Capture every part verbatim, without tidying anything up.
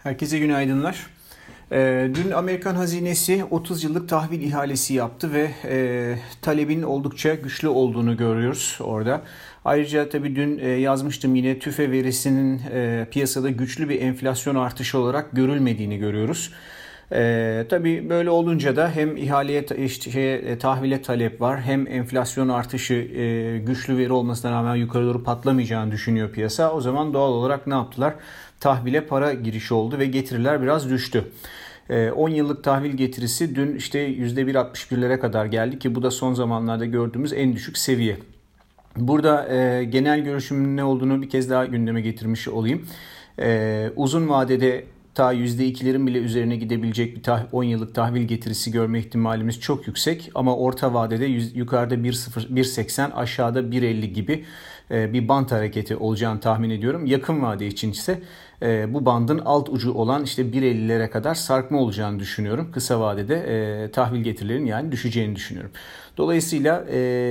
Herkese günaydınlar. Ee, Dün Amerikan hazinesi otuz yıllık tahvil ihalesi yaptı ve e, talebin oldukça güçlü olduğunu görüyoruz orada. Ayrıca tabii dün e, yazmıştım yine tüfe verisinin e, piyasada güçlü bir enflasyon artışı olarak görülmediğini görüyoruz. Ee, tabii böyle olunca da hem ihaleye işte, şey, tahvile talep var, hem enflasyon artışı e, güçlü veri olmasına rağmen yukarı doğru patlamayacağını düşünüyor piyasa. O zaman doğal olarak ne yaptılar? Tahvile para girişi oldu ve getiriler biraz düştü. on yıllık tahvil getirisi dün işte yüzde bir virgül altmış birlere kadar geldi ki bu da son zamanlarda gördüğümüz en düşük seviye. Burada e, genel görüşümün ne olduğunu bir kez daha gündeme getirmiş olayım. E, uzun vadede ta yüzde ikilerin bile üzerine gidebilecek bir on yıllık tahvil getirisi görme ihtimalimiz çok yüksek. Ama orta vadede yukarıda bir virgül seksen aşağıda bir virgül elli gibi bir bant hareketi olacağını tahmin ediyorum. Yakın vade için ise bu bandın alt ucu olan işte bir virgül ellilere kadar sarkma olacağını düşünüyorum. Kısa vadede tahvil getirilerin yani düşeceğini düşünüyorum. Dolayısıyla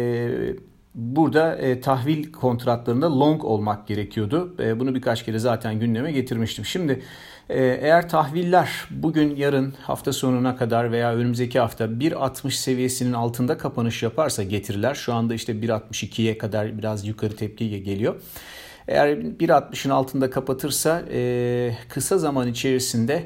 burada e, tahvil kontratlarında long olmak gerekiyordu. E, bunu birkaç kere zaten gündeme getirmiştim. Şimdi e, eğer tahviller bugün, yarın, hafta sonuna kadar veya önümüzdeki hafta bir virgül altmış seviyesinin altında kapanış yaparsa getiriler, şu anda işte bir virgül altmış ikiye kadar biraz yukarı tepki geliyor. Eğer bir virgül altmışın altında kapatırsa e, kısa zaman içerisinde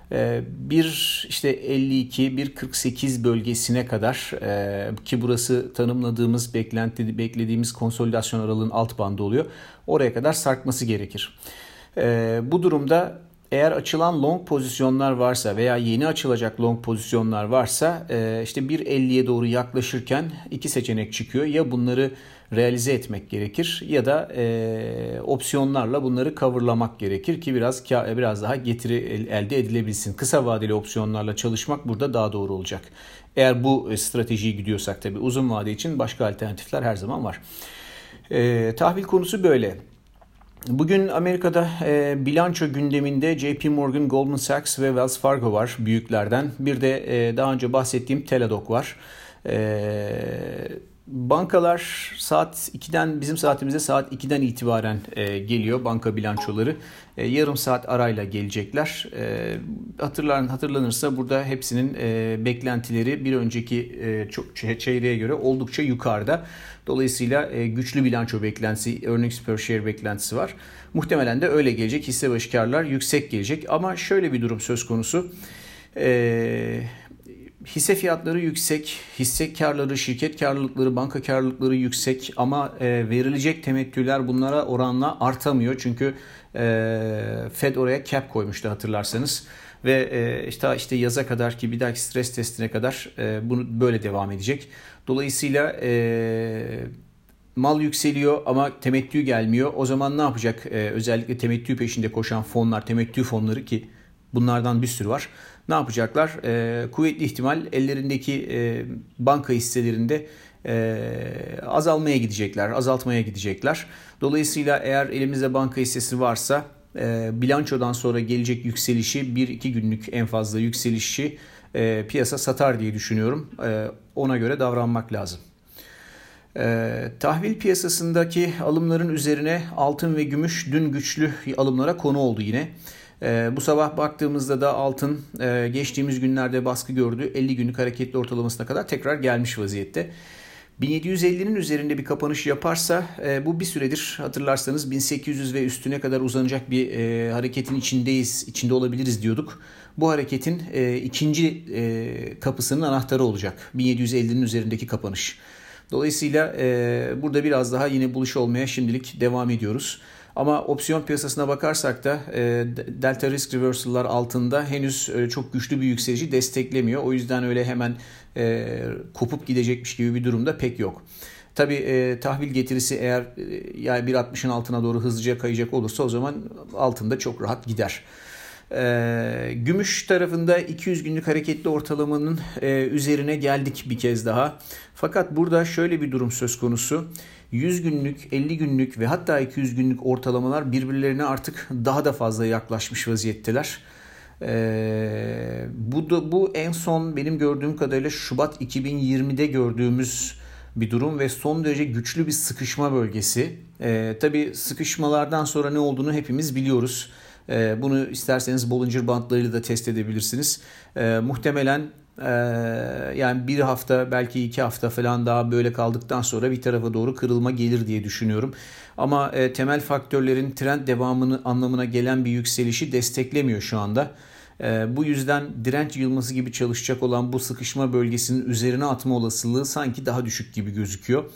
bir işte elli iki bir kırk sekiz bölgesine kadar ki burası tanımladığımız beklenti beklediğimiz konsolidasyon aralığının alt bandı oluyor. Oraya kadar sarkması gerekir. Bu durumda eğer açılan long pozisyonlar varsa veya yeni açılacak long pozisyonlar varsa işte bir elliye doğru yaklaşırken iki seçenek çıkıyor. Ya bunları realize etmek gerekir ya da e, opsiyonlarla bunları coverlamak gerekir ki biraz biraz daha getiri elde edilebilsin. Kısa vadeli opsiyonlarla çalışmak burada daha doğru olacak. Eğer bu stratejiyi gidiyorsak tabii, uzun vade için başka alternatifler her zaman var. E, tahvil konusu böyle. Bugün Amerika'da e, bilanço gündeminde J P Morgan, Goldman Sachs ve Wells Fargo var büyüklerden. Bir de e, daha önce bahsettiğim Teladoc var. E, Bankalar saat ikiden, bizim saatimizde saat ikiden itibaren e, geliyor banka bilançoları. E, yarım saat arayla gelecekler. E, hatırlan, hatırlanırsa burada hepsinin e, beklentileri bir önceki e, çok çeyreğe göre oldukça yukarıda. Dolayısıyla e, güçlü bilanço beklentisi, earnings per share beklentisi var. Muhtemelen de öyle gelecek. Hisse başı karlar yüksek gelecek. Ama şöyle bir durum söz konusu. Eee... Hisse fiyatları yüksek, hisse karları, şirket karlılıkları, banka karlılıkları yüksek ama e, verilecek temettüler bunlara oranla artamıyor. Çünkü e, Fed oraya cap koymuştu hatırlarsanız ve e, işte işte yaza kadar ki bir dahaki stres testine kadar e, bunu böyle devam edecek. Dolayısıyla e, mal yükseliyor ama temettü gelmiyor. O zaman ne yapacak? E, özellikle temettü peşinde koşan fonlar, temettü fonları ki bunlardan bir sürü var. Ne yapacaklar? E, kuvvetli ihtimal ellerindeki e, banka hisselerinde e, azalmaya gidecekler, azaltmaya gidecekler. Dolayısıyla eğer elimizde banka hissesi varsa e, bilançodan sonra gelecek yükselişi, bir iki günlük en fazla yükselişi e, piyasa satar diye düşünüyorum. E, ona göre davranmak lazım. E, tahvil piyasasındaki alımların üzerine altın ve gümüş dün güçlü alımlara konu oldu yine. Ee, bu sabah baktığımızda da altın e, geçtiğimiz günlerde baskı gördü. elli günlük hareketli ortalamasına kadar tekrar gelmiş vaziyette. bin yedi yüz ellinin üzerinde bir kapanış yaparsa e, bu bir süredir hatırlarsanız bin sekiz yüz ve üstüne kadar uzanacak bir e, hareketin içindeyiz, içinde olabiliriz diyorduk. Bu hareketin e, ikinci e, kapısının anahtarı olacak. bin yedi yüz ellinin üzerindeki kapanış. Dolayısıyla e, burada biraz daha yine buluş olmaya şimdilik devam ediyoruz. Ama opsiyon piyasasına bakarsak da e, delta risk reversal'lar altında henüz e, çok güçlü bir yükselişi desteklemiyor. O yüzden öyle hemen e, kopup gidecekmiş gibi bir durumda pek yok. Tabii e, tahvil getirisi eğer e, yani bir virgül altmışın altına doğru hızlıca kayacak olursa o zaman altında çok rahat gider. E, gümüş tarafında iki yüz günlük hareketli ortalamanın e, üzerine geldik bir kez daha. Fakat burada şöyle bir durum söz konusu. yüz günlük, elli günlük ve hatta iki yüz günlük ortalamalar birbirlerine artık daha da fazla yaklaşmış vaziyetteler. Ee, bu da, bu en son benim gördüğüm kadarıyla Şubat iki bin yirmide gördüğümüz bir durum ve son derece güçlü bir sıkışma bölgesi. Ee, tabii sıkışmalardan sonra ne olduğunu hepimiz biliyoruz. E, bunu isterseniz Bollinger Bandlarıyla da test edebilirsiniz. E, muhtemelen e, yani bir hafta belki iki hafta falan daha böyle kaldıktan sonra bir tarafa doğru kırılma gelir diye düşünüyorum. Ama e, temel faktörlerin trend devamını anlamına gelen bir yükselişi desteklemiyor şu anda. E, bu yüzden direnç yığılması gibi çalışacak olan bu sıkışma bölgesinin üzerine atma olasılığı sanki daha düşük gibi gözüküyor.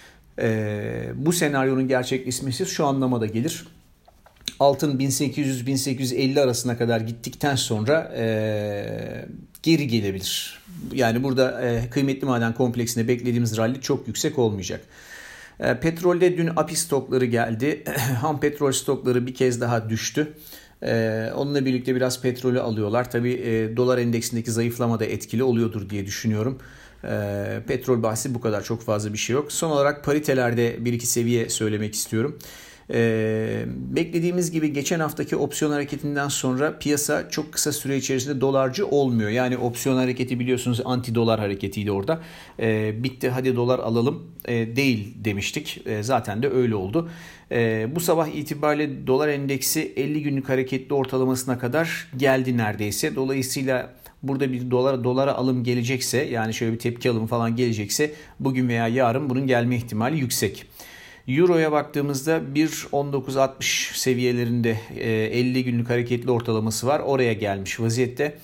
E, bu senaryonun gerçekleşmesi şu anlama da gelir. Altın bin sekiz yüz bin sekiz yüz elli arasına kadar gittikten sonra e, geri gelebilir. Yani burada e, kıymetli maden kompleksinde beklediğimiz rally çok yüksek olmayacak. E, petrolde dün A P I stokları geldi. Ham petrol stokları bir kez daha düştü. E, onunla birlikte biraz petrolü alıyorlar. Tabii e, dolar endeksindeki zayıflama da etkili oluyordur diye düşünüyorum. E, petrol bahsi bu kadar, çok fazla bir şey yok. Son olarak paritelerde bir iki seviye söylemek istiyorum. Ee, beklediğimiz gibi geçen haftaki opsiyon hareketinden sonra piyasa çok kısa süre içerisinde dolarcı olmuyor. Yani opsiyon hareketi biliyorsunuz anti dolar hareketiydi orada. Ee, bitti hadi dolar alalım ee, değil demiştik. Ee, zaten de öyle oldu. Ee, bu sabah itibariyle dolar endeksi elli günlük hareketli ortalamasına kadar geldi neredeyse. Dolayısıyla burada bir dolar dolara alım gelecekse, yani şöyle bir tepki alımı falan gelecekse bugün veya yarın bunun gelme ihtimali yüksek. Euro'ya baktığımızda bir nokta on dokuz altmış seviyelerinde elli günlük hareketli ortalaması var. Oraya gelmiş vaziyette.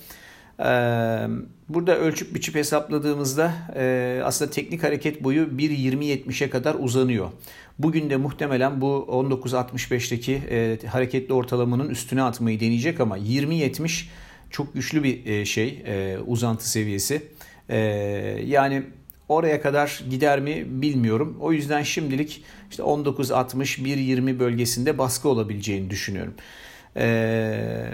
Burada ölçüp biçip hesapladığımızda aslında teknik hareket boyu bir nokta yirmi yetmişe kadar uzanıyor. Bugün de muhtemelen bu on dokuz altmış beşteki hareketli ortalamanın üstüne atmayı deneyecek ama yirmi yetmiş çok güçlü bir şey, uzantı seviyesi. Yani oraya kadar gider mi bilmiyorum. O yüzden şimdilik işte on dokuz altmış bir yirmi bölgesinde baskı olabileceğini düşünüyorum. Ee,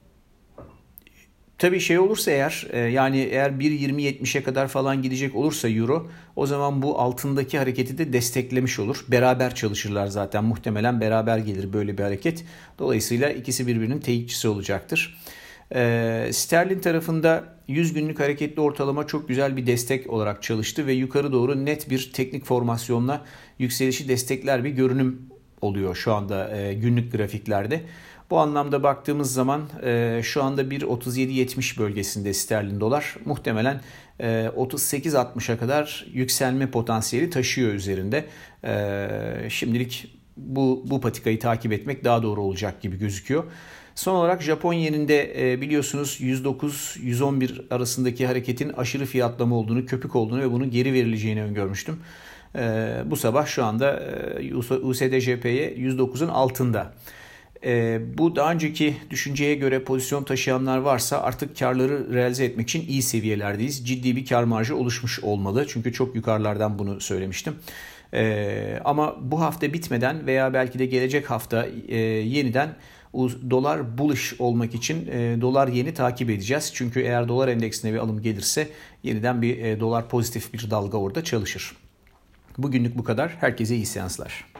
tabii şey olursa eğer yani eğer bir nokta yirmi yetmişe kadar falan gidecek olursa Euro, o zaman bu altındaki hareketi de desteklemiş olur. Beraber çalışırlar zaten, muhtemelen beraber gelir böyle bir hareket. Dolayısıyla ikisi birbirinin teyitçisi olacaktır. Ee, sterlin tarafında yüz günlük hareketli ortalama çok güzel bir destek olarak çalıştı ve yukarı doğru net bir teknik formasyonla yükselişi destekler bir görünüm oluyor şu anda e, günlük grafiklerde. Bu anlamda baktığımız zaman e, şu anda bir nokta otuz yedi yetmiş bölgesinde sterlin dolar, muhtemelen e, otuz sekiz altmışa kadar yükselme potansiyeli taşıyor üzerinde. E, şimdilik bu, bu patikayı takip etmek daha doğru olacak gibi gözüküyor. Son olarak Japon yeninde biliyorsunuz yüz dokuz yüz on bir arasındaki hareketin aşırı fiyatlama olduğunu, köpük olduğunu ve bunun geri verileceğini öngörmüştüm. Bu sabah şu anda U S D J P'ye yüz dokuzun altında. Bu daha önceki düşünceye göre pozisyon taşıyanlar varsa artık karları realize etmek için iyi seviyelerdeyiz. Ciddi bir kar marjı oluşmuş olmalı. Çünkü çok yukarılardan bunu söylemiştim. Ee, ama bu hafta bitmeden veya belki de gelecek hafta e, yeniden dolar bullish olmak için e, dolar yeni takip edeceğiz. Çünkü eğer dolar endeksine bir alım gelirse yeniden bir e, dolar pozitif bir dalga orada çalışır. Bugünlük bu kadar. Herkese iyi seanslar.